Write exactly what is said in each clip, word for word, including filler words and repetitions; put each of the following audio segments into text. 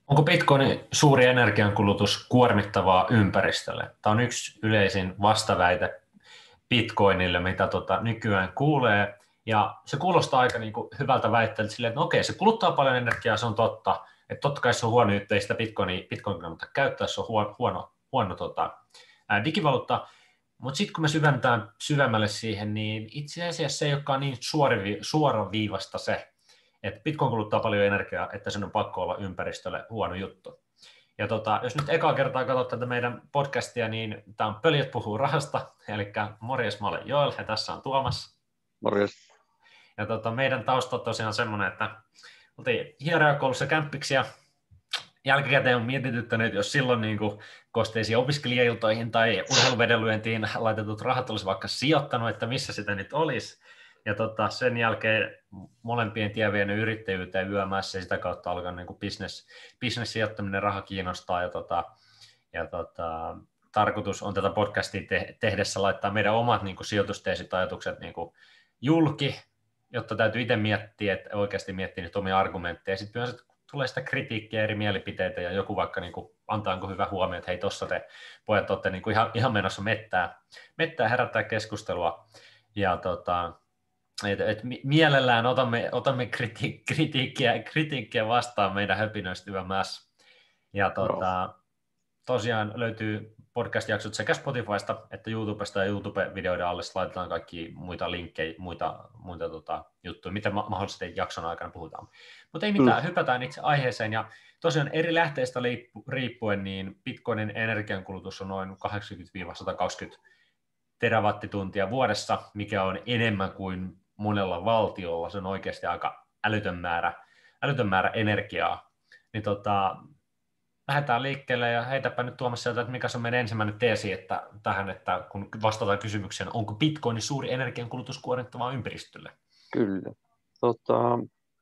Onko Bitcoinin suuri energiankulutus kuormittavaa ympäristölle? Tämä on yksi yleisin vastaväite Bitcoinille, mitä tota nykyään kuulee. Ja se kuulostaa aika niin kuin hyvältä väitteeltä silleen, että no okei, se kuluttaa paljon energiaa, se on totta. Että totta kai se on huono juttu, ei sitä Bitcoinia, Bitcoin kannattaa käyttää, se on huono, huono, huono tota, ää, digivaluutta. Mutta sitten kun me syvennetään syvemmälle siihen, niin itse asiassa se ei olekaan niin suoravi, suoraviivasta se, että Bitcoin kuluttaa paljon energiaa, että sen on pakko olla ympäristölle huono juttu. Ja tota, jos nyt ekaa kertaa katsot tätä meidän podcastia, niin tämä on Pöljät puhuu rahasta, eli morjes, mä olen Joel ja tässä on Tuomas. Morjes. Ja tota, meidän tausta on tosiaan semmoinen, että oltiin hierojakoulussa kämppiksi ja jälkikäteen on mietityttänyt, jos silloin niin kuin kosteisiin opiskelijailtoihin tai urheiluvedenlyöntiin laitetut rahat olisi vaikka sijoittanut, että missä sitä nyt olisi. Ja tota, sen jälkeen molempien tie vienyt yrittäjyyteen yömässä ja sitä kautta alkaa niin kuin business, business-sijoittaminen, raha kiinnostaa. Ja, tota, ja tota, tarkoitus on tätä podcastia te- tehdessä laittaa meidän omat niin kuin sijoitusteesit, ajatukset niin kuin julki, jotta täytyy itse miettiä, että oikeasti miettiä niitä omia argumentteja. Sitten myös tulee sitä kritiikkiä, eri mielipiteitä ja joku vaikka niin kuin, antaa niin kuin hyvä huomio, että hei, tuossa te pojat olette niin kuin ihan, ihan menossa mettää, mettää herättää keskustelua. Ja tota, Et, et mielellään otamme, otamme kriti, kritiikkiä, kritiikkiä vastaan meidän höpinöistä yömässä. Ja tota, tosiaan löytyy podcast-jaksot sekä Spotifysta että YouTubesta, ja YouTube-videoiden alle laitetaan kaikki muita linkkejä, muita, muita tota, juttuja, mitä mahdollisesti jakson aikana puhutaan. Mutta ei mitään, mm. hypätään itse aiheeseen. Ja tosiaan eri lähteistä riippuen, niin Bitcoinin energiankulutus on noin kahdeksankymmentä sata kaksikymmentä terawattituntia vuodessa, mikä on enemmän kuin monella valtiolla, se on oikeasti aika älytön määrä, älytön määrä energiaa. Niin tota, lähdetään liikkeelle ja heitäpä nyt Tuomas sieltä, että mikä on meidän ensimmäinen teesi että tähän, että kun vastataan kysymykseen, onko Bitcoinin suuri energiankulutus kuormittavaa ympäristölle? Kyllä. Tota,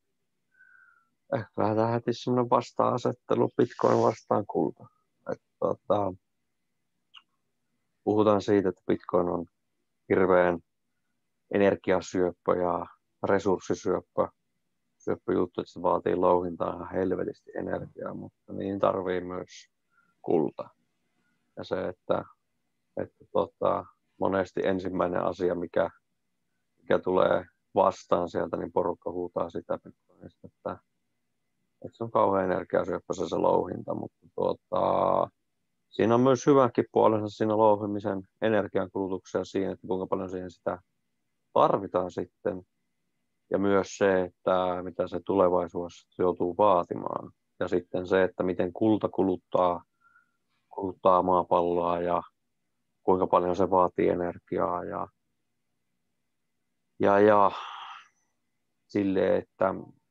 ehkä lähdetään heti sellainen vasta-asettelu Bitcoin vastaan kulta. Et, tota, puhutaan siitä, että Bitcoin on hirveän energiasyöppö ja resurssisyöppö syöppö juttu, että se vaatii louhintaa ihan helvetisti energiaa, mutta niin tarvii myös kulta. Ja se, että, että tota, monesti ensimmäinen asia, mikä, mikä tulee vastaan sieltä, niin porukka huutaa sitä Bitcoinista, että, että se on kauhean energiasyöppö se, se louhinta, mutta tuota, siinä on myös hyväkin puolensa siinä louhimisen energiankulutuksia siinä, että kuinka paljon siihen sitä tarvitaan sitten. Ja myös se, että mitä se tulevaisuudessa joutuu vaatimaan. Ja sitten se, että miten kulta kuluttaa, kuluttaa maapalloa ja kuinka paljon se vaatii energiaa. Ja, ja, ja silleen, että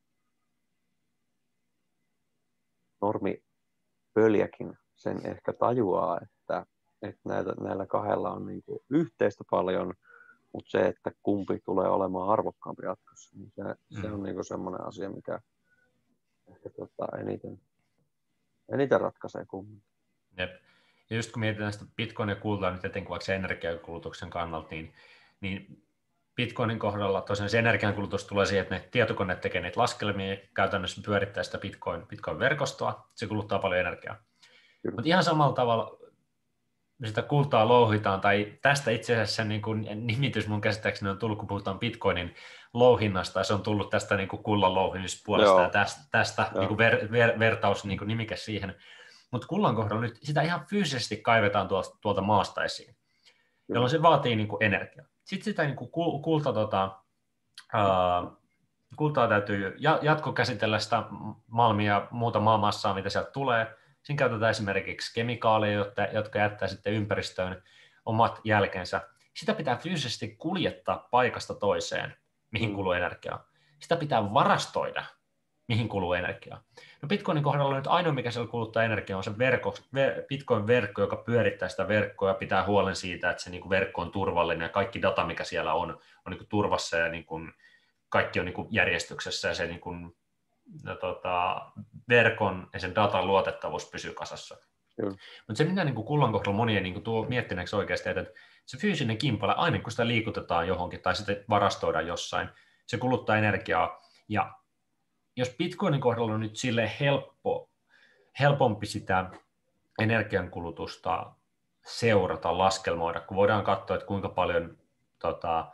normipöljäkin sen ehkä tajuaa, että, että näitä, näillä kahdella on niin kuin yhteistä paljon. Mutta se, että kumpi tulee olemaan arvokkaampi jatkossa, niin se, mm. se on niinku semmoinen asia, mikä ehkä tota, eniten, eniten ratkaisee kummin. Jep. Ja just kun mietitään sitä Bitcoin ja kultaa nyt etenkin vaikka se energiankulutuksen kannalta, niin, niin Bitcoinin kohdalla tosiaan se energiankulutus tulee siihen, että ne tietokoneet tekee niitä laskelmia ja käytännössä pyörittää sitä Bitcoin, Bitcoin-verkostoa, se kuluttaa paljon energiaa. Mutta ihan samalla tavalla sitä kultaa louhitaan, tai tästä itse asiassa niin kuin nimitys mun käsittääkseni on tullut, kun puhutaan Bitcoinin louhinnasta, ja se on tullut tästä niin kuin kullan louhimispuolesta, ja tästä, tästä niin kuin ver, ver, vertaus niin kuin nimike siihen. Mutta kullan kohdalla nyt sitä ihan fyysisesti kaivetaan tuolta, tuolta maasta esiin, jolloin se vaatii niin kuin energiaa. Sitten sitä niin kuin kulta, tota, ää, kultaa täytyy jatkokäsitellä sitä malmia ja muuta maamassaa, mitä sieltä tulee. Siinä käytetään esimerkiksi kemikaaleja, jotka jättää sitten ympäristöön omat jälkensä. Sitä pitää fyysisesti kuljettaa paikasta toiseen, mihin kuluu energiaa. Sitä pitää varastoida, mihin kuluu energiaa. No Bitcoinin kohdalla on nyt ainoa, mikä siellä kuluttaa energiaa, on se verkko, Bitcoin-verkko, joka pyörittää sitä verkkoa ja pitää huolen siitä, että se niin kuin verkko on turvallinen ja kaikki data, mikä siellä on, on niin kuin turvassa ja niin kuin kaikki on niin kuin järjestyksessä ja se niin kuin ja tota, verkon ja sen datan luotettavuus pysyy kasassa. Mutta se, mitä niin kuin kullan kohdalla moni ei niin kuin tuo miettineeksi oikeasti, että se fyysinen kimpale, aina kun sitä liikutetaan johonkin tai sitten varastoidaan jossain, se kuluttaa energiaa. Ja jos Bitcoinin kohdalla on nyt silleen helppo, helpompi sitä energiankulutusta seurata, laskelmoida, kun voidaan katsoa, että kuinka paljon tota,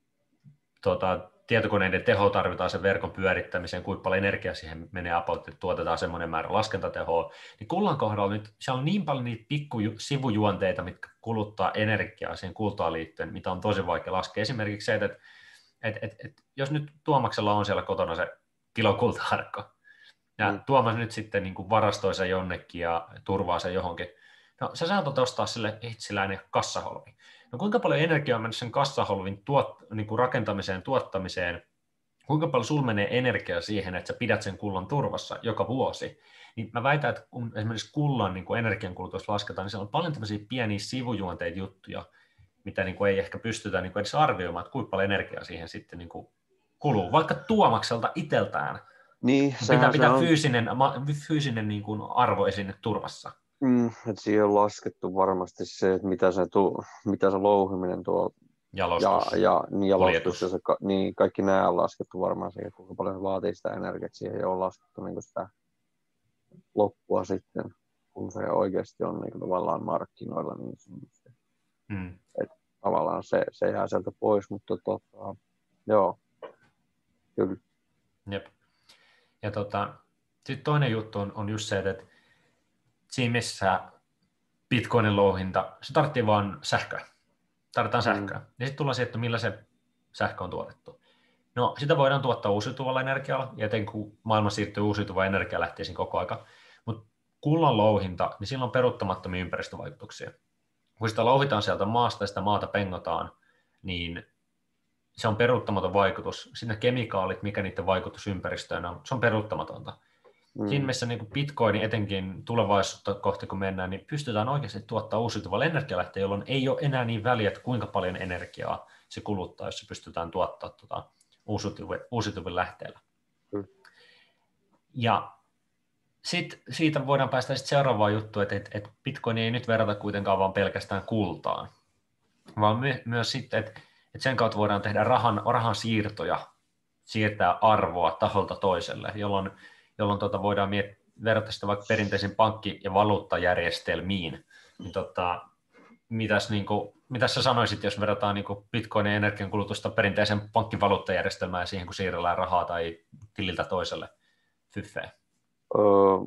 tota, tietokoneiden teho tarvitaan sen verkon pyörittämiseen, kuinka paljon energiaa siihen menee about, että tuotetaan semmoinen määrä laskentatehoa, niin kullan kohdalla nyt siellä on niin paljon niitä pikku sivujuonteita, mitkä kuluttaa energiaa siihen kultaan liittyen, mitä on tosi vaikea laskea. Esimerkiksi se, että, että, että, että jos nyt Tuomaksella on siellä kotona se kilo kultaharkko, ja mm. Tuomas nyt sitten niin kuin varastoi sen jonnekin ja turvaa sen johonkin, no sä saatat ostaa sille itselläinen kassaholvi. No kuinka paljon energiaa on mennyt sen kassaholvin tuot, niin kuin rakentamiseen, tuottamiseen, kuinka paljon sulla menee energiaa siihen, että sä pidät sen kullan turvassa joka vuosi, niin mä väitän, että kun esimerkiksi kullan niin kuin energiankulutus lasketaan, niin siellä on paljon tämmöisiä pieniä sivujuonteita juttuja, mitä niin kuin ei ehkä pystytä niin kuin edes arvioimaan, että kuinka paljon energiaa siihen sitten niin kuin kuluu, vaikka Tuomakselta itseltään. Niin, pitää pitää on... fyysinen, fyysinen niin kuin arvo esine turvassa. Mm, että siihen on laskettu varmasti se, että mitä se, tu, mitä se louhiminen tuo jalostus, ja, ja niin jalostus ja se, niin kaikki nämä on laskettu varmaan siihen, kuinka paljon se vaatii sitä energiaa, siihen ei ole laskettu niin sitä loppua sitten, kun se oikeasti on niin tavallaan markkinoilla. Niin se, mm. että tavallaan se, se jää sieltä pois, mutta tota, joo, kyllä. Jep. Ja tota, sitten toinen juttu on, on just se, että siinä missä Bitcoinin louhinta, se tarvitsee vaan sähköä. Tarvitaan sähköä. Mm. Ja sitten tullaan siihen, että millä se sähkö on tuotettu. No, sitä voidaan tuottaa uusiutuvalla energialla, ja etenkin kun maailma siirtyy uusiutuvaan energialähteisiin koko aika. Mutta kullan louhinta, niin sillä on peruuttamattomia ympäristövaikutuksia. Kun sitä louhitaan sieltä maasta ja sitä maata pengotaan, niin se on peruuttamaton vaikutus. Siinä kemikaalit, mikä niiden vaikutus ympäristöön on, se on peruuttamatonta. Mm. Siinä missä niin Bitcoinin etenkin tulevaisuutta kohti kun mennään, niin pystytään oikeasti tuottaa uusiutuvalla energialähteellä, jolloin ei ole enää niin väliä, että kuinka paljon energiaa se kuluttaa, jos se pystytään tuottaa tuota uusiutuvilla lähteillä. Mm. Ja sitten siitä voidaan päästä sit seuraavaan juttuun, että, että, että Bitcoin ei nyt verrata kuitenkaan vaan pelkästään kultaan, vaan my, myös sitten, että, että sen kautta voidaan tehdä rahan, rahan siirtoja, siirtää arvoa taholta toiselle, jolloin jolloin tota voidaan miet- verrata sitä vaikka perinteisiin pankki- ja valuuttajärjestelmiin. Niin tota, mitäs, niin kuin, mitäs sä sanoisit, jos verrataan niin kuin Bitcoinin energiankulutusta perinteisen pankkivaluuttajärjestelmään ja siihen, kun siirrellään rahaa tai tililtä toiselle fyffeen? Öö,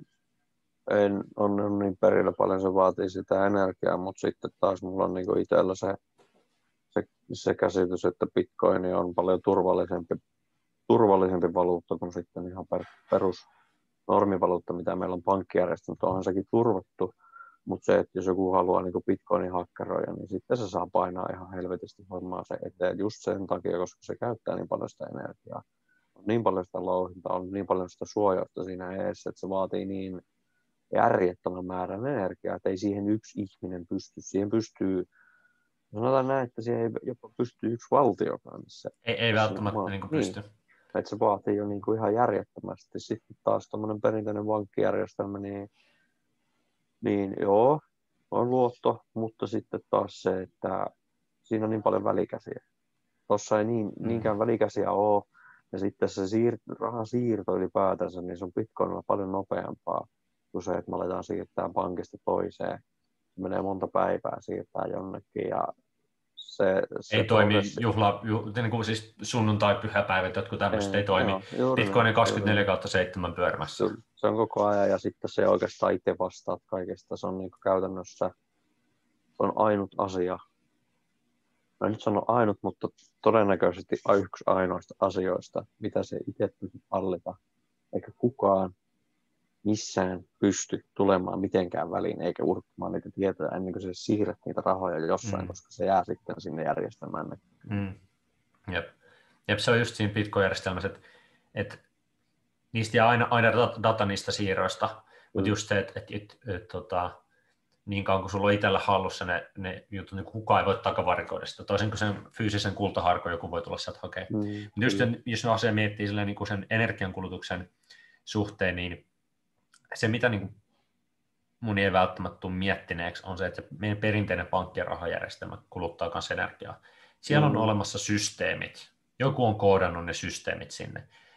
en ole niin perillä paljon, se vaatii sitä energiaa, mutta sitten taas mulla on niin itsellä se, se, se käsitys, että Bitcoin on paljon turvallisempi, turvallisempi valuutta kuin sitten ihan per, perus normivaluutta, mitä meillä on pankkijärjestelmä, onhan sekin turvattu, mutta se, että jos joku haluaa niin Bitcoinin hakkeroida, niin sitten se saa painaa ihan helvetisti hommaa se eteen just sen takia, koska se käyttää niin paljon sitä energiaa. On niin paljon sitä louhintaa, on niin paljon sitä suojausta siinä edessä, että se vaatii niin järjettömän määrän energiaa, että ei siihen yksi ihminen pysty. Siihen pystyy, sanotaan näin, että siihen ei jopa pysty yksi valtiokaan. Missä, ei ei välttämättä niin pysty. Niin. Että se vaatii jo niin kuin ihan järjettömästi. Sitten taas tuommoinen perinteinen pankkijärjestelmä, niin, niin joo, on luotto, mutta sitten taas se, että siinä on niin paljon välikäsiä. Tuossa ei niin, mm. niinkään välikäsiä ole, ja sitten se siir- rahan siirto ylipäätänsä, niin se on Bitcoinilla paljon nopeampaa kuin se, että me aletaan siirtää pankista toiseen. Se menee monta päivää siirtää jonnekin, ja Se, se ei toimi juhla, ju, niin kuin siis sunnuntai-pyhäpäivät, jotkut tämmöiset ei, ei toimi. Joo, Bitcoin kaksikymmentäneljä kautta seitsemän pyörimässä. Se on koko ajan ja sitten se oikeastaan itse vastaat kaikesta. Se on niin kuin käytännössä se on ainut asia. Mä en nyt sano ainut, mutta todennäköisesti yksi ainoista asioista, mitä se itse pystyy hallita. Eikä kukaan missään pysty tulemaan mitenkään väliin eikä urkkimaan niitä tietoja ennen kuin se siirret niitä rahoja jossain, mm. koska se jää sitten sinne järjestelmään. Mm. Jep. Jep, se on just siinä Bitcoin-järjestelmässä, että, että niistä jää aina, aina data niistä siirroista, mm. mutta just se, että, että, että, että, että tota, niin kauan kuin sulla on itsellä hallussa ne, ne jutut, niin kukaan ei voi takavarikoida sitä. Toisin kuin sen fyysisen kultaharkon joku voi tulla sieltä hakemaan. Mm. Mutta just mm. jos asia miettii silleen, niin kuin sen energiankulutuksen suhteen, niin se, mitä niin kuin mun ei välttämättä tule miettineeksi, on se, että meidän perinteinen pankki- ja rahajärjestelmä kuluttaa myös energiaa. Siellä on mm. olemassa systeemit. Joku on koodannut ne systeemit sinne.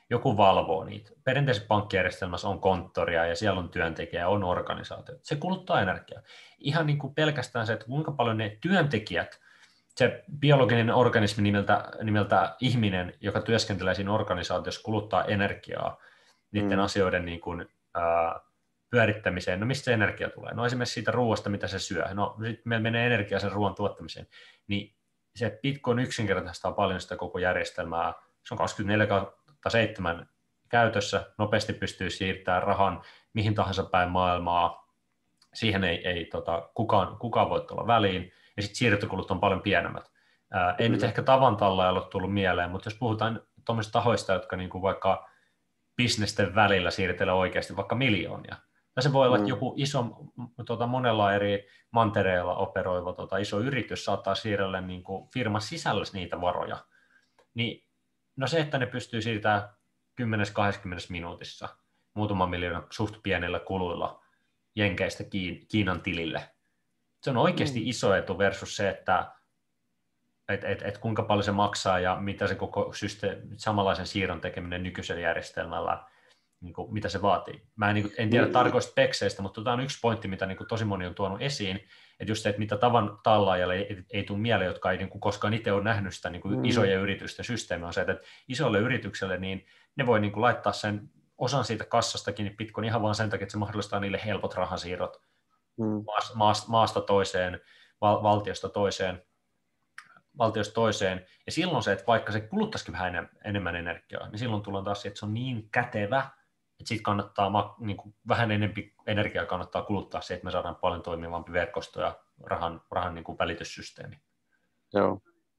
joku valvoo niitä. Perinteisessä pankkijärjestelmässä on konttoria ja siellä on työntekijä, on organisaatio. Se kuluttaa energiaa. Ihan niin kuin pelkästään se, että kuinka paljon ne työntekijät, se biologinen organismi nimeltä, nimeltä ihminen, joka työskentelee siinä organisaatiossa, kuluttaa energiaa niiden mm. asioiden niin kuin, ää, pyörittämiseen. No mistä se energia tulee? No esimerkiksi siitä ruoasta, mitä se syö. No sitten meillä menee energiaa sen ruoan tuottamiseen. Niin se Bitcoin yksinkertaistaa paljon sitä koko järjestelmää. Se on kaksikymmentäneljä kautta seitsemän käytössä. Nopeasti pystyy siirtämään rahan mihin tahansa päin maailmaa. Siihen ei, ei tota, kukaan, kukaan voi tulla väliin. Ja sitten siirtokulut on paljon pienemmät. Ää, ei mm. nyt ehkä tavan tallaajalla ole tullut mieleen, mutta jos puhutaan tuommoisista tahoista, jotka niinku vaikka bisnesten välillä siirtelee oikeasti vaikka miljoonia. Tai se voi olla, että joku iso, tuota, monella eri mantereilla operoiva tuota, iso yritys saattaa siirrellä niin kuin firman sisällä niitä varoja. Niin, no se, että ne pystyy siirtämään kymmenen kaksikymmentä minuutissa muutaman miljoonan suht pienillä kuluilla Jenkeistä Kiinan tilille. Se on oikeasti mm. iso etu versus se, että et, et, et kuinka paljon se maksaa ja mitä se koko systeemi, samanlaisen siirron tekeminen nykyisellä järjestelmällä, niin kuin, mitä se vaatii. Mä en, niin kuin, en tiedä mm. tarkoista spekseistä, mutta tämä on yksi pointti, mitä niin kuin, tosi moni on tuonut esiin, että just se, että mitä tavan tallaajalle ei, ei, ei tule mieleen, jotka ei niin kuin, koskaan itse ole nähnyt sitä niin kuin, mm. isojen yritysten systeemiä, on se, että isolle yritykselle niin ne voi niin kuin, laittaa sen osan siitä kassastakin Bitcoin ihan vaan sen takia, että se mahdollistaa niille helpot rahansiirrot mm. maasta, maasta toiseen, val, valtiosta toiseen, valtiosta toiseen, ja silloin se, että vaikka se kuluttaisikin vähän enemmän energiaa, niin silloin tullaan taas siihen, että se on niin kätevä, että siitä kannattaa, niin kuin vähän enemmän energiaa kannattaa kuluttaa se, että me saadaan paljon toimivampi verkosto ja rahan, rahan niin kuin välityssysteemi. Joo.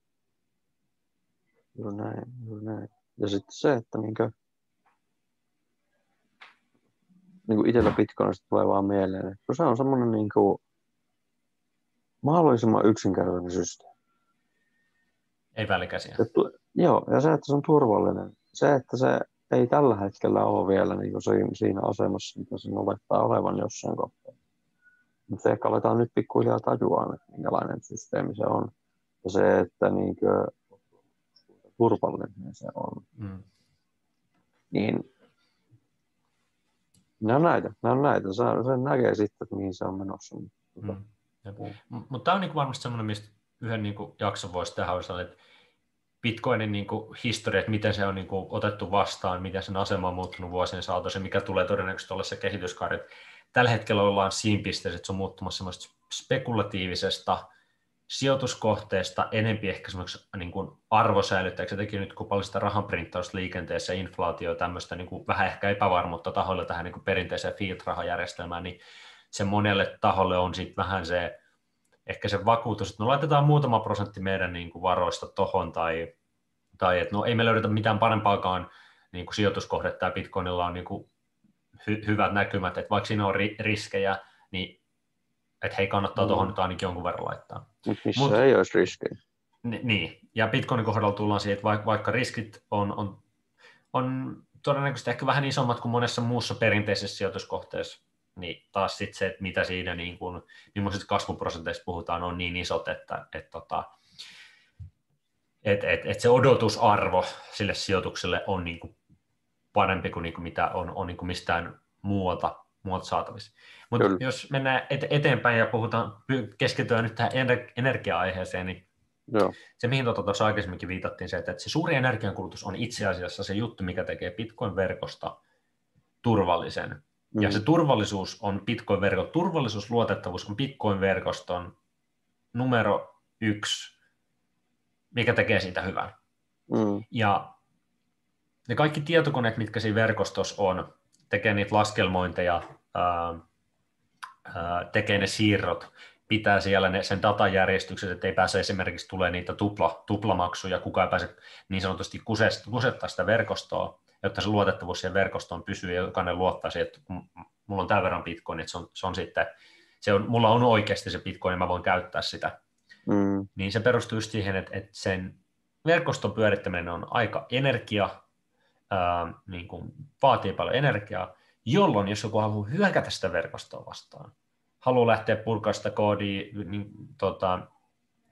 Juuri näin, juuri näin. Ja sitten se, että niinkö, niin kuin itsellä Bitcoinista tulee vaan mieleen, että se on semmoinen niin kuin mahdollisimman yksinkertainen systeemi. Ei välikäsiä. Et, joo, ja se, että se on turvallinen. Se, että se ei tällä hetkellä ole vielä niin kuin siinä, siinä asemassa, mitä sen olettaa olevan jossain kohtaa. Mutta ehkä aletaan nyt pikkuhiljaa tajua, että minkälainen systeemi se on. Ja se, että niin kuin, turvallinen se on. Mm. Niin ne on näitä, ne on näitä. Se, se näkee sitten, että mihin se on menossa. Mm. Mutta tämä on niinku varmasti semmoinen, mistä yhden niinku jakson voisi tehdä, että Bitcoinin niinku historia, että miten se on niinku otettu vastaan, miten sen asema on muuttunut vuosien saatossa, mikä tulee todennäköisesti olla se kehityskaari. Tällä hetkellä ollaan siinä pisteessä, että se on muuttumassa semmoista spekulatiivisesta sijoituskohteesta enempi ehkä semmoiksi niin kuin arvosäilyttäjäksi, jotenkin nyt kun paljon sitä rahanprinttausta liikenteessä, inflaatio ja tämmöistä niin kuin vähän ehkä epävarmuutta tahoille tähän niin kuin perinteiseen fiat-rahajärjestelmään, niin se monelle taholle on sitten vähän se, ehkä se vakuutus, että no laitetaan muutama prosentti meidän niin kuin varoista tohon, tai, tai että no ei me löydetä mitään parempaakaan niin kuin sijoituskohdetta, ja Bitcoinilla on niin kuin hy- hyvät näkymät, että vaikka siinä on ri- riskejä, niin että hei, kannattaa tuohon mm. nyt ainakin jonkun verran laittaa. Mutta missä Mut, ei olisi riskejä. N- niin, ja Bitcoinin kohdalla tullaan siihen, että vaikka, vaikka riskit on, on, on todennäköisesti ehkä vähän isommat kuin monessa muussa perinteisessä sijoituskohteessa, niin taas sitten se, että mitä siinä, niin kuin, millaisista kasvuprosenteista puhutaan, on niin isot, että et, tota, et, et, et se odotusarvo sille sijoitukselle on niin kuin parempi kuin, niin kuin mitä on, on niin kuin mistään muualta, muualta saatavissa. Mutta jos mennään eteenpäin ja puhutaan, keskitytään nyt tähän energia-aiheeseen, niin Joo. se, mihin tuossa tuota aikaisemminkin viitattiin, se, että se suuri energiankulutus on itse asiassa se juttu, mikä tekee Bitcoin-verkosta turvallisen. Mm-hmm. Ja se turvallisuus on Bitcoin-verkon, turvallisuus, luotettavuus on Bitcoin-verkoston numero yksi, mikä tekee siitä hyvän. Mm-hmm. Ja ne kaikki tietokoneet, mitkä siinä verkostossa on, tekee niitä laskelmointeja, ää, ää, tekee ne siirrot, pitää siellä ne, sen datajärjestykset, ettei pääse esimerkiksi tulee niitä tupla, tuplamaksuja, kukaan ei pääse niin sanotusti kusettaa sitä verkostoa, jotta se luotettavuus siihen verkostoon pysyy ja jokainen luottaa siihen, että mulla on tämän verran bitcoin, että se on, se on sitten, se on, mulla on oikeasti se bitcoin ja mä voin käyttää sitä. Mm. Niin se perustuu just siihen, että, että sen verkoston pyörittäminen on aika energia, ää, niin kuin vaatii paljon energiaa, jolloin jos joku haluaa hyökätä sitä verkostoa vastaan, haluaa lähteä purkaa sitä koodia, niin, tota,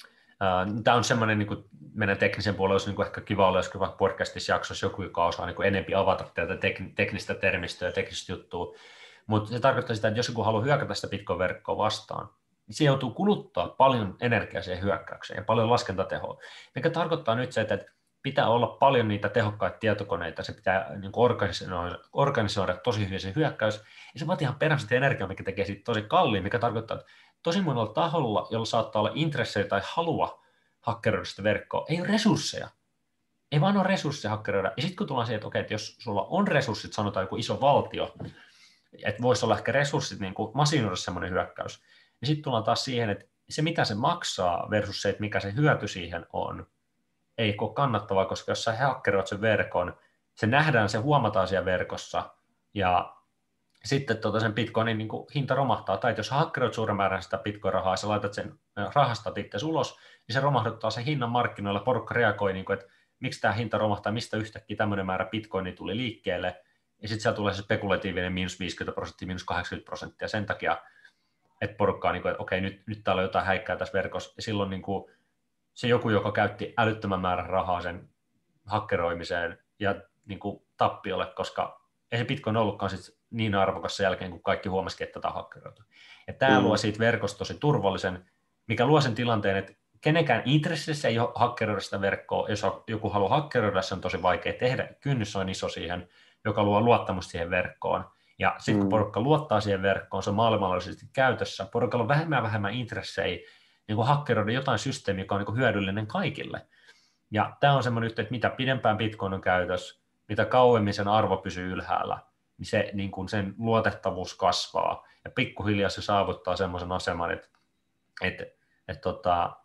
Tämä on semmoinen, niin kuin meidän teknisen puolella olisi niin kuin ehkä kiva olla joskus vaikka podcastissa jaksossa joku, joka osaa niin kuin enempi avata tätä tek- teknistä termistöä ja teknistä juttua. Mutta se tarkoittaa sitä, että jos joku haluaa hyökätä sitä Bitcoin-verkkoa vastaan, niin se joutuu kuluttaa paljon energiaa siihen hyökkäykseen ja paljon laskentatehoa. Mikä tarkoittaa nyt se, että pitää olla paljon niitä tehokkaita tietokoneita, se pitää niin kuin organisoida, organisoida tosi hyvin se hyökkäys, ja se vaatii ihan peräisesti energiaa, mikä tekee siitä tosi kalliin, mikä tarkoittaa, että tosi monella taholla, jolla saattaa olla intressejä tai halua hakkeroida sitä verkkoa, ei ole resursseja. Ei vaan ole resursseja hakkeroida. Ja sitten kun tullaan siihen, että okei, että jos sulla on resurssit, sanotaan joku iso valtio, että voisi olla ehkä resurssit niin kuin masinoida semmoinen hyökkäys, niin sitten tullaan taas siihen, että se mitä se maksaa versus se, että mikä se hyöty siihen on, ei ole kannattavaa, koska jos sä hakkeroit sen verkon, se nähdään, se huomataan siellä verkossa, ja sitten tuota sen bitcoinin niin kuin hinta romahtaa, tai jos hakkeroit suuren määrän sitä bitcoin-rahaa ja sä laitat sen rahastat itse ulos, niin se romahduttaa sen hinnan markkinoilla, porukka reagoi, niin kuin, että miksi tämä hinta romahtaa, mistä yhtäkkiä tämmöinen määrä bitcoinia tuli liikkeelle, ja sitten siellä tulee se spekulatiivinen miinus viisikymmentä prosenttia, miinus kahdeksankymmentä prosenttia sen takia, että porukka on niin kuin, että okei, nyt, nyt täällä on jotain häikkää tässä verkossa, ja silloin niin kuin, se joku, joka käytti älyttömän määrän rahaa sen hakkeroimiseen ja niin kuin tappiolle, koska ei se Bitcoin ollutkaan sit niin arvokas sen jälkeen, kun kaikki huomasikin, että tätä on hakkeroitu. Ja tämä mm. luo siitä verkosta tosi turvallisen, mikä luo sen tilanteen, että kenenkään intressissä ei ole hakkeroida sitä verkkoa. Jos joku haluaa hakkeroida, se on tosi vaikea tehdä. Kynnys on iso siihen, joka luo luottamusta siihen verkkoon. Ja sitten kun porukka luottaa siihen verkkoon, se on maailmanlaajuisesti käytössä. Porukalla on vähemmän ja vähemmän intressejä niin kuin hakkeroida jotain systeemiä, joka on niin kuin hyödyllinen kaikille. Ja tämä on semmoinen yhteys, että mitä pidempään Bitcoin on käytössä, mitä kauemmin sen arvo pysyy ylhäällä, niin, se, niin kuin sen luotettavuus kasvaa. Ja pikkuhiljaa se saavuttaa semmoisen aseman, että, että, että, tota,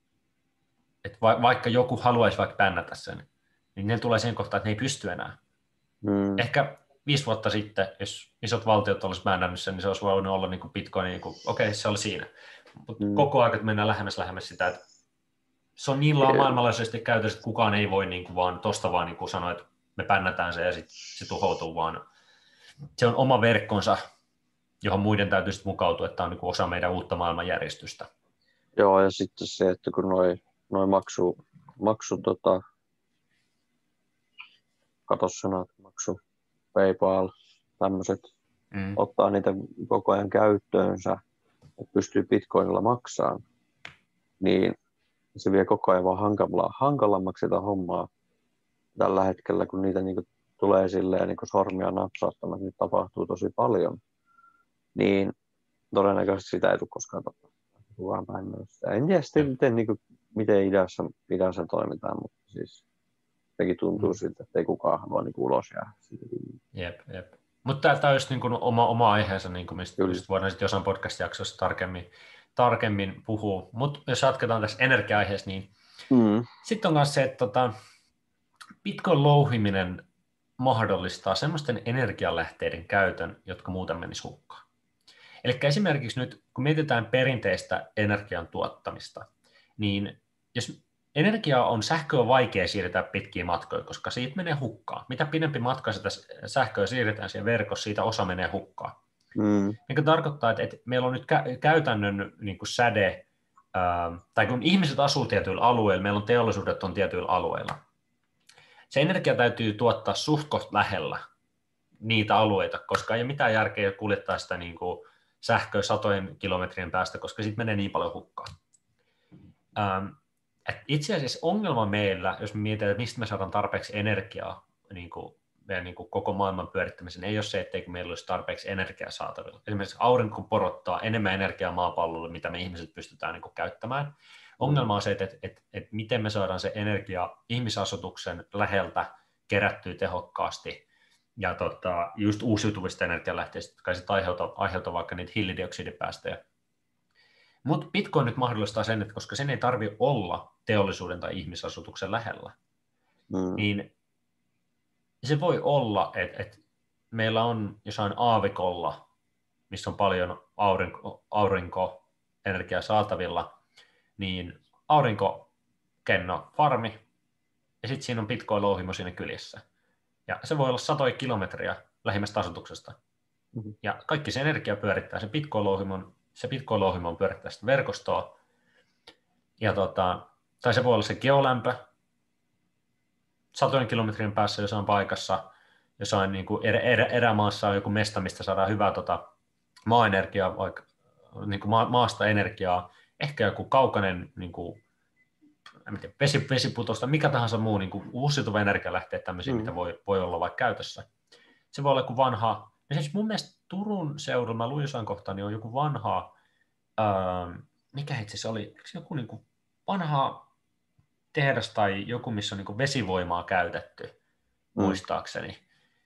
että va, vaikka joku haluaisi vaikka bännätä sen, niin ne tulee siihen kohtaan, että ne ei pysty enää. Mm. Ehkä viisi vuotta sitten, jos isot valtiot olisi bännännyt sen, niin se olisi voinut olla niin kuin Bitcoin, niin kuin, okei, se oli siinä. Mutta mm. koko ajan mennään lähemmäs lähemmäs sitä, että se on niin maailmanlaajuisesti käytössä, että kukaan ei voi niin kuin vaan tosta vaan niin kuin sanoa, että me pännätään se ja sitten se tuhoutuu, vaan se on oma verkkonsa, johon muiden täytyy sitten mukautua, että tämä on niin kuin osa meidän uutta maailmanjärjestystä. Joo, ja sitten se, että kun noi, noi maksu, maksu tota, katossanat, maksu, PayPal, tämmöiset, mm. ottaa niitä koko ajan käyttöönsä, että pystyy Bitcoinilla maksamaan, niin se vie koko ajan vaan hankala, hankalammaksi sitä hommaa tällä hetkellä, kun niitä niin kuin tulee silleen niin kuin sormia napsauttamaan, niin tapahtuu tosi paljon, niin todennäköisesti sitä ei tule koskaan tapahtumaan. En tiedä sitten, miten, niin kuin, miten idässä, idässä toimitaan, mutta siis sekin tuntuu mm. siltä, että ei kukaan halua niin kuin ulos jää. Jep, jep. Mutta tämä on just niin kuin oma, oma aiheensa, niin kuin mistä just voidaan sitten jossain podcast-jaksossa tarkemmin, tarkemmin puhua. Mutta jos jatketaan tässä energia-aiheessa, niin mm. sitten on myös se, että tota, Bitcoin louhiminen mahdollistaa semmoisten energialähteiden käytön, jotka muuten menisi hukkaan. Eli esimerkiksi nyt, kun mietitään perinteistä energian tuottamista, niin jos energiaa on, sähköä on vaikea siirtää pitkiä matkoja, koska siitä menee hukkaan. Mitä pidempi matka sitä sähköä siirretään siihen verkossa, siitä osa menee hukkaan. Mm. Mikä tarkoittaa, että, että meillä on nyt kä- käytännön niin kuin säde, ää, tai kun ihmiset asuu tietyillä alueilla, meillä on teollisuudet on tietyillä alueilla. Se energia täytyy tuottaa suht koht lähellä niitä alueita, koska ei ole mitään järkeä kuljettaa sitä niin kuin sähköä satojen kilometrien päästä, koska siitä menee niin paljon hukkaan. Ähm, et itse asiassa ongelma meillä, jos me mietitään, että mistä me saadaan tarpeeksi energiaa niin kuin meidän niin kuin koko maailman pyörittämisen, ei ole se, etteikö meillä olisi tarpeeksi energiaa saatavilla. Esimerkiksi aurinko porottaa enemmän energiaa maapallolle, mitä me ihmiset pystytään niin kuin käyttämään. Ongelma on se, että, että, että, että miten me saadaan se energia ihmisasutuksen läheltä kerättyä tehokkaasti ja tota, just uusiutuvista energialähteistä, jotka ei aiheuta, aiheuta vaikka niitä hiilidioksidipäästöjä. Mutta Bitcoin nyt mahdollistaa sen, että koska sen ei tarvitse olla teollisuuden tai ihmisasutuksen lähellä, mm. niin se voi olla, että, että meillä on jossain aavikolla, missä on paljon aurinko, aurinkoenergiaa saatavilla, niin aurinkokenno farmi, ja sitten siinä on Bitcoin-louhimo siinä kyljessä. Ja se voi olla satoja kilometriä lähimmästä asutuksesta. Mm-hmm. Ja kaikki se energia pyörittää sen Bitcoin-louhimon, se Bitcoin-louhimon pyörittää sitä verkostoa. Ja tota, tai se voi olla se geolämpö, satojen kilometrin päässä jossain paikassa, jossain niin kuin erä, erä, erämaassa on joku mesta, mistä saadaan hyvää tota, maa-energiaa, vaikka niin kuin ma, maasta energiaa, ehkä joku kaukainen niin kuin, en tiedä, vesi, vesiputosta, mikä tahansa muu niin kuin uusiutuva energialähteet, tämmöisiä, mm. mitä voi, voi olla vaikka käytössä. Se voi olla joku vanha, ja siis mun mielestä Turun seudulla, mä luin jossain kohtaa, niin on joku vanha, ää, mikä itse se oli, joku niin kuin vanha tehdas tai joku, missä on niin kuin vesivoimaa käytetty, mm. muistaakseni.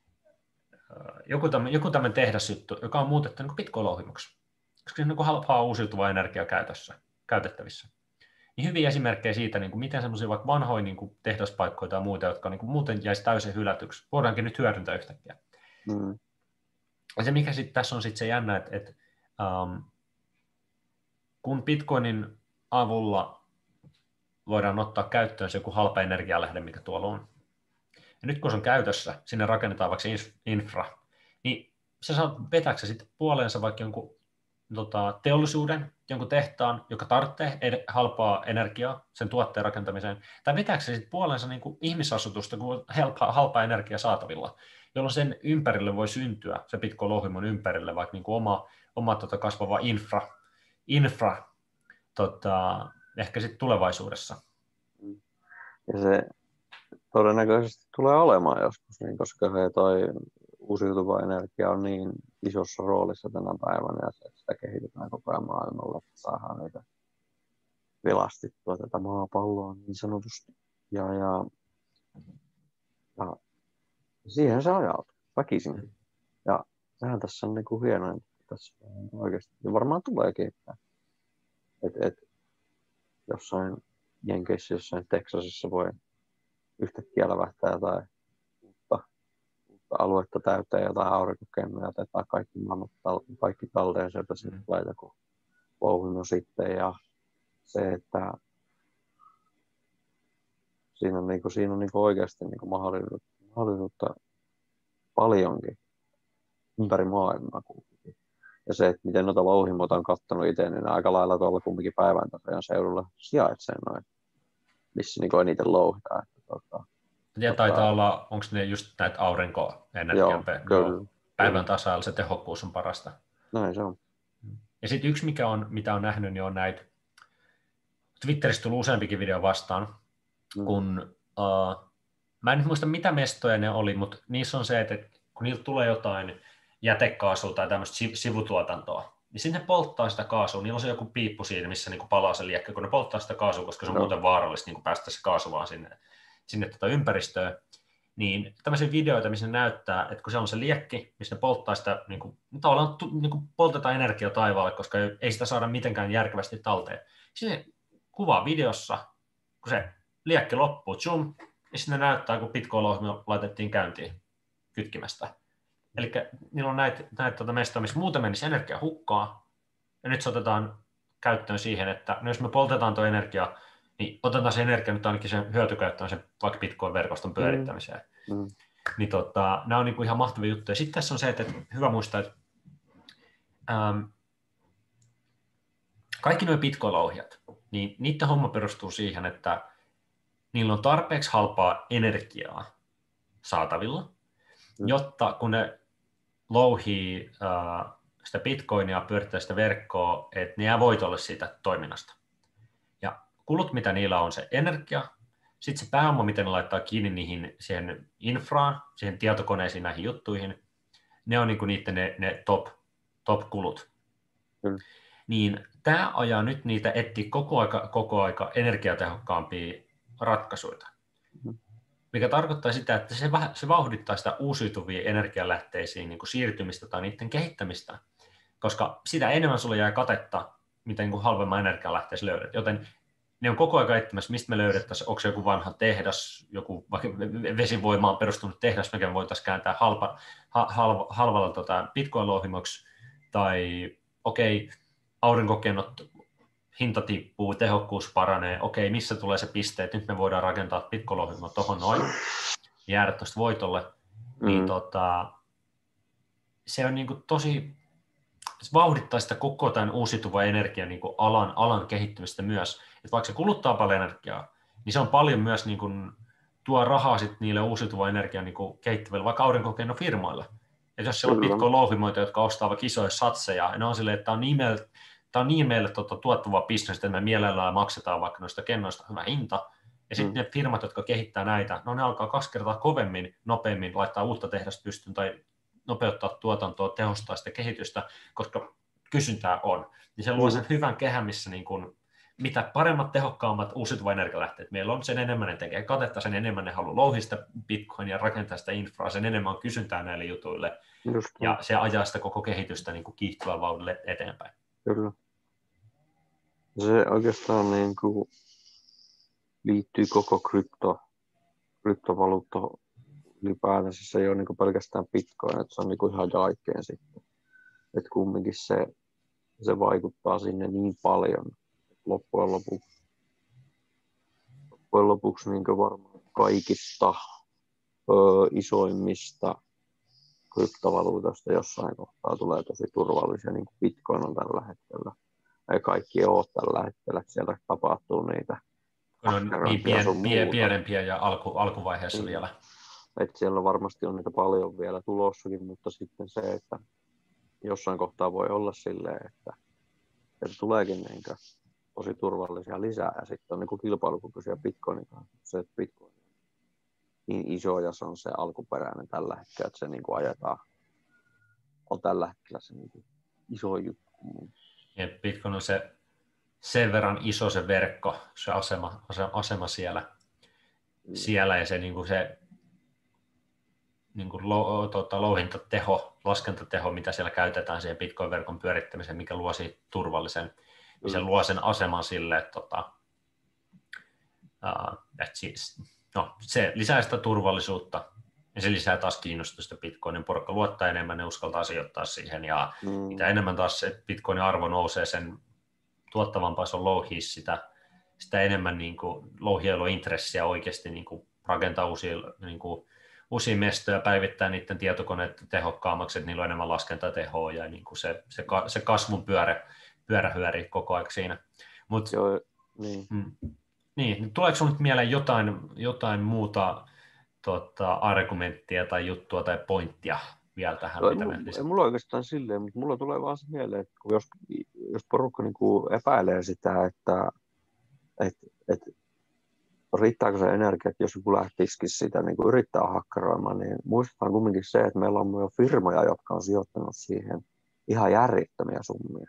Joku tämmöinen, joku tämmöinen tehdasjuttu, joka on muutettu niin pitkolouhimuksi, koska se on niin halpaa uusiutuvaa energiaa käytössä, käytettävissä. Niin hyviä esimerkkejä siitä, niin kuin miten semmoisia vaikka vanhoja niin kuin tehdaspaikkoja tai muita, jotka niin kuin muuten jäisi täysin hylätyksi, voidaankin nyt hyödyntää yhtäkkiä. Mm. Ja se, mikä sitten tässä on sitten se jännä, että, että um, kun Bitcoinin avulla voidaan ottaa käyttöön se joku halpa energialähde, mikä tuolla on. Ja nyt kun se on käytössä, sinne rakennetaan vaikka infra, niin sä saat vetääksä sitten puoleensa vaikka jonkun tota, teollisuuden, jonkun tehtaan, joka tarvitsee ed- halpaa energiaa sen tuotteen rakentamiseen, tai vetääksä sitten puoleensa niin kuin ihmisasutusta, kun on halpaa, halpaa energiaa saatavilla, jolloin sen ympärille voi syntyä, se Bitcoin-lohimon ympärille, vaikka niin kuin oma, oma tota, kasvava infra, infra tota, ehkä sitten tulevaisuudessa. Ja se todennäköisesti tulee olemaan joskus, niin koska he toi uusiutuva energia on niin isossa roolissa tänä päivänä ja se, sitä kehitetään koko ajan maailmalla, että saadaan niitä pelastittua tätä maapalloa niin sanotusti. Ja, ja, ja siihen se ajautuu väkisin. Ja sehän tässä on niinku hienoa, että tässä oikeasti ja varmaan tuleekin, että et, et, jossain Jenkeissä, jossain Teksasissa voi yhtäkkiä lävähtää jotain uutta, uutta aluetta täyteen, jotain aurinkokennoja, otetaan kaikki maailmat, kaikki talteen sieltä, sitten tulee joku louhinno sitten, ja se, että siinä on, niinku, siinä on niinku oikeasti niinku mahdollisuutta, mahdollisuutta paljonkin ympäri maailmaa kuitenkin. Ja se, että miten noita louhimoita on kattonut itse, niin aika lailla tuolla kumminkin päivän tasojan seudulla sijaitsee noin, missä niinku eniten louhitaan. Että, tota, ja taitaa tota, olla, onko ne just näitä aurinkoenergian joo, päivän tasalla se tehokkuus on parasta. Näin se on. Ja sitten yksi, mikä on, mitä on nähnyt, niin on näitä, Twitterissä tuli useampikin video vastaan, mm. kun, uh, mä en nyt muista mitä mestoja ne oli, mutta niissä on se, että kun niiltä tulee jotain jätekaasua tai tämmöistä sivutuotantoa, niin sitten ne polttaa sitä kaasua, niillä on se joku piippu siinä, missä niinku palaa se liekki, kun ne polttaa sitä kaasua, koska se on no. muuten vaarallista niin päästä se kaasu vaan sinne, sinne tätä ympäristöön, niin tämmöisiä videoita, missä ne näyttää, että kun siellä on se liekki, missä ne polttaa sitä, niin kuin, tavallaan niin kuin poltetaan energiaa taivaalle, koska ei sitä saada mitenkään järkevästi talteen. Sitten kuvaa videossa, kun se liekki loppuu, zoom, ja sitten ne näyttää, kun Bitcoin-lohimo laitettiin käyntiin kytkimästä. Eli niillä on näitä, näitä tuota mestoja, missä muuten menisi energia hukkaa, ja nyt se otetaan käyttöön siihen, että no jos me poltetaan tuo energia, niin otetaan se energia nyt ainakin sen hyötykäyttöön sen vaikka Bitcoin-verkoston pyörittämiseen. Mm. Mm. Niin tota, nämä on niinku ihan mahtavia juttuja. Sitten tässä on se, että hyvä muistaa, että ähm, kaikki nuo Bitcoin-louhijat, niin niiden homma perustuu siihen, että niillä on tarpeeksi halpaa energiaa saatavilla, mm. jotta kun ne louhii äh, sitä Bitcoinia, pyörittää sitä verkkoa, että ne jää voitolle siitä toiminnasta. Ja kulut, mitä niillä on, se energia, sitten se pääoma, miten ne laittaa kiinni niihin, siihen infraan, siihen tietokoneisiin, näihin juttuihin, ne on niinku niiden ne, ne top, top-kulut. Mm. Niin tämä ajaa nyt niitä etsiä koko aika, koko aika energiatehokkaampia ratkaisuja. Mm. Mikä tarkoittaa sitä, että se, se vauhdittaa sitä uusiutuviin energialähteisiin niin kuin siirtymistä tai niiden kehittämistä, koska sitä enemmän sulle jää katetta, mitä niin kuin halvemman energialähteessä löydät. Joten ne on koko ajan etsimässä, mistä me löydettäisiin, onko se joku vanha tehdas, joku vesivoimaan perustunut tehdas, mikä voitaisiin kääntää halpa, hal, halvalla tota Bitcoin-lohimoksi, tai okei, okay, aurinkokennot, hinta tippuu, tehokkuus paranee, okei, missä tulee se piste, että nyt me voidaan rakentaa Bitcoin-lohimo tuohon noin, jäädä tuosta voitolle, mm. niin tota, se on niin kuin tosi, se vauhdittaa sitä koko tämän uusiutuvan energian niin kuin alan, alan kehittymistä myös. Että vaikka se kuluttaa paljon energiaa, niin se on paljon myös niin kuin, tuo rahaa sit niille uusiutuvan energian niin kuin kehittäville, vaikka aurinkokennofirmoille. Et jos siellä on Bitcoin-louhimoita, jotka ostaa vaikka isoja satseja, ja ne on silleen, että tämä on niin meille, tämä on niin meille tuota, tuottava bisnes, että me mielellään maksetaan vaikka noista kennoista hyvä hinta, ja sitten mm. ne firmat, jotka kehittää näitä, no ne alkaa kaksi kertaa kovemmin, nopeammin laittaa uutta tehdasta pystyyn tai nopeuttaa tuotantoa, tehostaa sitä kehitystä, koska kysyntää on. Niin se luo sen hyvän kehän, missä niin kun, mitä paremmat, tehokkaammat uusiutuvan energialähteet meillä on, sen enemmän ne tekee katetta, sen enemmän ne haluaa louhia sitä bitcoinia, rakentaa sitä infraa, sen enemmän on kysyntää näille jutuille, just ja se ajaa sitä koko kehitystä niin kiihtyvällä vauhdilla eteenpäin. Kyllä. Se oikeastaan niin kuin liittyy koko krypto, kryptovaluutta ylipäätänsä. Se ei ole niin kuin pelkästään bitcoin, että se on niin kuin ihan kaikkeen sitten. Että kumminkin se, se vaikuttaa sinne niin paljon. Loppujen lopuksi, loppujen lopuksi niin kuin varmaan kaikista ö, isoimmista kryptovaluutasta jossain kohtaa tulee tosi turvallisia, niin kuin Bitcoin on tällä hetkellä. Ei kaikki ole tällä hetkellä, että siellä tapahtuu niitä. On niin pien, pien, pienempiä ja alku, alkuvaiheessa mm. vielä. Et siellä varmasti on niitä paljon vielä tulossakin, mutta sitten se, että jossain kohtaa voi olla silleen, että, että tuleekin niin kuin tosi turvallisia lisää ja sitten on niin kuin kilpailukykyisiä Bitcoinin kanssa. Se, että Bitcoin on niin iso ja se on se alkuperäinen tällä hetkellä, että se niin kuin ajetaan, on tällä hetkellä se niin kuin iso juttu. Ja Bitcoin on se sen verran iso se verkko, se asema, asema siellä, mm. siellä ja se, niin kuin se niin kuin lou, tuota, louhintateho, laskentateho, mitä siellä käytetään siihen Bitcoin-verkon pyörittämiseen, mikä luo siitä turvallisen, mm. niin se luo sen aseman sille, että, tota, uh, että siis, no, se lisää sitä turvallisuutta ja se lisää taas kiinnostusta Bitcoinin. Porukka luottaa enemmän, ne uskaltaa sijoittaa siihen ja mm. mitä enemmän taas se Bitcoinin arvo nousee, sen tuottavampaa se on louhia sitä, sitä enemmän niin kuin louhijalla on intressiä oikeasti niin kuin rakentaa uusia, niin kuin, uusia mestoja, päivittää niiden tietokoneet tehokkaammaksi, että niillä on enemmän laskentatehoa ja niin kuin se, se, se kasvun pyörä, pyörä hyörii koko ajan siinä. Mut, Joo, niin. Mm, niin, tuleeko sinulle nyt mieleen jotain, jotain muuta tota, argumenttia tai juttua tai pointtia vielä tähän? No, mitä mulla, ei mulla oikeastaan silleen, mutta mulla tulee vaan se mieleen, että jos, jos porukka niin kuin epäilee sitä, että et, et, riittääkö se energia, että jos joku lähtisikin sitä niin kuin yrittää hakkeroimaan, niin muistetaan kumminkin se, että meillä on myös firmoja, jotka on sijoittanut siihen ihan järjettömiä summia.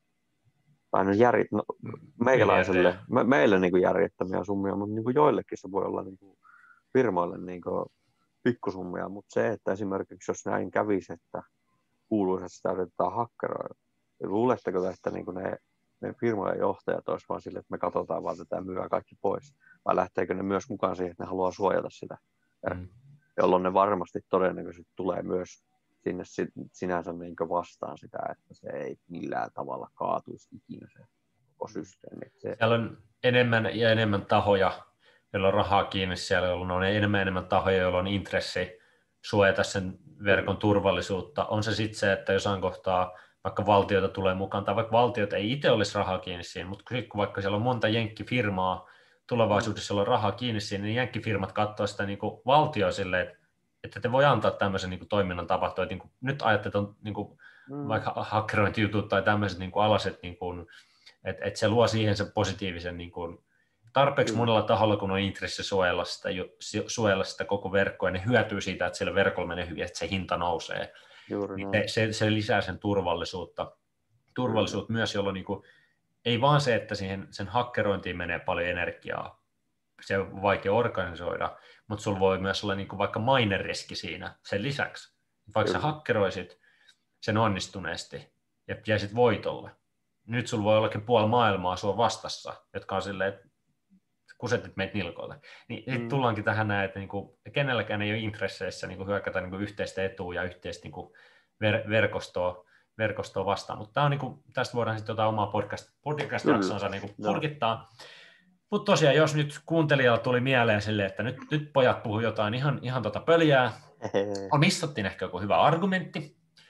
Tai no järjet, no, meikäläiselle, me, meille niin kuin järjettömiä summia, mutta niin kuin joillekin se voi olla niin kuin firmoille niin kuin pikkusummia, mutta se, että esimerkiksi jos näin kävisi, että kuuluisi, että sitä yritetään hakkeroida, niin luuletteko, että niin kuin ne, ne firmojen johtajat olisivat vaan sille, että me katsotaan vaan tätä ja myydään kaikki pois, vai lähteekö ne myös mukaan siihen, että ne haluaa suojata sitä, mm. jolloin ne varmasti todennäköisesti tulee myös sinne sinänsä niin kuin vastaan sitä, että se ei millään tavalla kaatuisi ikinä se koko systeemi. Se... Siellä on enemmän ja enemmän tahoja, joilla on rahaa kiinni siellä, jolloin on enemmän ja enemmän tahoja, joilla on intressi suojata sen verkon turvallisuutta. On se sitten se, että jossain kohtaa vaikka valtioita tulee mukaan, tai vaikka valtiot ei itse olisi rahaa kiinni siinä, mutta kun vaikka siellä on monta jenkkifirmaa tulevaisuudessa, jolla on rahaa kiinni siinä, niin jenkkifirmat katsoo sitä niin kuin valtioa silleen, että, että te voi antaa tämmöisen niin kuin toiminnan tapahtua. Että niin kuin, nyt ajattelet, on niin kuin, mm. vaikka hakkerointijutut tai tämmöiset niin kuin alaset, niin kuin, että, että se luo siihen sen positiivisen niin kuin, tarpeeksi monella taholla, kun on intressi suojella sitä, suojella sitä koko verkkoa, ja ne hyötyy siitä, että sillä verkolla menee hyvin, että se hinta nousee. Niin se, se lisää sen turvallisuutta, turvallisuutta myös, jolloin niin kuin, ei vaan se, että siihen, sen hakkerointiin menee paljon energiaa, se on vaikea organisoida, mutta sulla voi myös olla niin kuin vaikka maineriski siinä sen lisäksi. Vaikka Kyllä. sä hakkeroisit sen onnistuneesti ja jäisit voitolle, nyt sulla voi ollakin puoli maailmaa sua vastassa, jotka on silleen, että kusetit meitä nilkoille. Niin mm. tullaankin tähän näin, että niinku, kenelläkään ei ole intresseissä niinku hyökätä niinku yhteistä etua ja yhteistä niinku ver- verkostoa, verkostoa vastaan. Mutta niinku, tästä voidaan sitten jotain omaa podcast, podcast-jaksonsa niinku purkittaa. Mutta tosiaan, jos nyt kuuntelijalla tuli mieleen silleen, että nyt, nyt pojat puhuu jotain ihan, ihan tota pöljää, missattiin ehkä joku hyvä argumentti,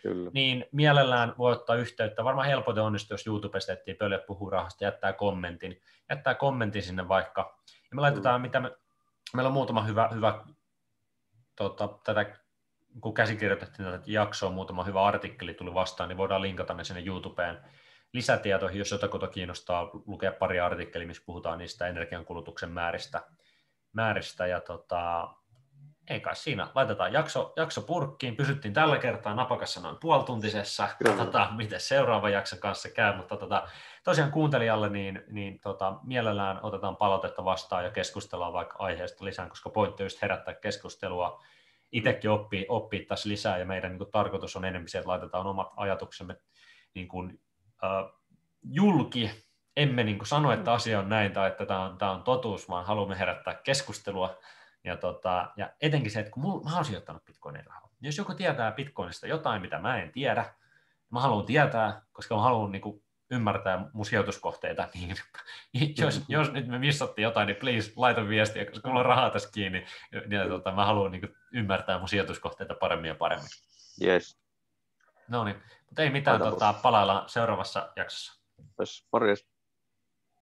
Kyllä. niin mielellään voi ottaa yhteyttä. Varmaan helpoiten onnistuu, jos YouTubesta etsii Pöljät puhuu rahasta, jättää kommentin. Jättää kommentin sinne vaikka. Ja me laitetaan, mm. mitä me, meillä on muutama hyvä, hyvä tota, tätä, kun käsikirjoitettiin tätä jaksoa, muutama hyvä artikkeli tuli vastaan, niin voidaan linkata ne sinne YouTubeen lisätietoihin, jos jotakuta kiinnostaa lukea pari artikkelia, missä puhutaan niistä energiankulutuksen määristä. määristä ja tota, ei kai siinä, laitetaan jakso, jakso purkkiin, pysyttiin tällä kertaa napakassa noin puolituntisessa, katsotaan miten seuraava jakson kanssa käy, mutta tota, tosiaan kuuntelijalle niin, niin tota, mielellään otetaan palautetta vastaan ja keskustellaan vaikka aiheesta lisää, koska pointti on just herättää keskustelua, itsekin oppii, oppii tässä lisää ja meidän niin kuin, tarkoitus on enemmän se, että laitetaan omat ajatuksemme niin kuin, äh, julki, emme niin kuin sano, että asia on näin tai että tämä on, tämä on totuus, vaan haluamme herättää keskustelua. Ja, tota, ja etenkin se, että kun mulla, mä olen sijoittanut Bitcoinin rahaa. Jos joku tietää Bitcoinista jotain, mitä mä en tiedä, mä haluan tietää, koska mä haluan niin kuin, ymmärtää mun sijoituskohteita. Niin, jos, jos nyt me missattiin jotain, niin please laita viestiä, koska mulla on rahaa tässä kiinni. Ja, tota, mä haluan niin kuin, ymmärtää mun sijoituskohteita paremmin ja paremmin. Yes. No niin, mutta ei mitään, tota, palaillaan seuraavassa jaksossa. Tässä, morjes.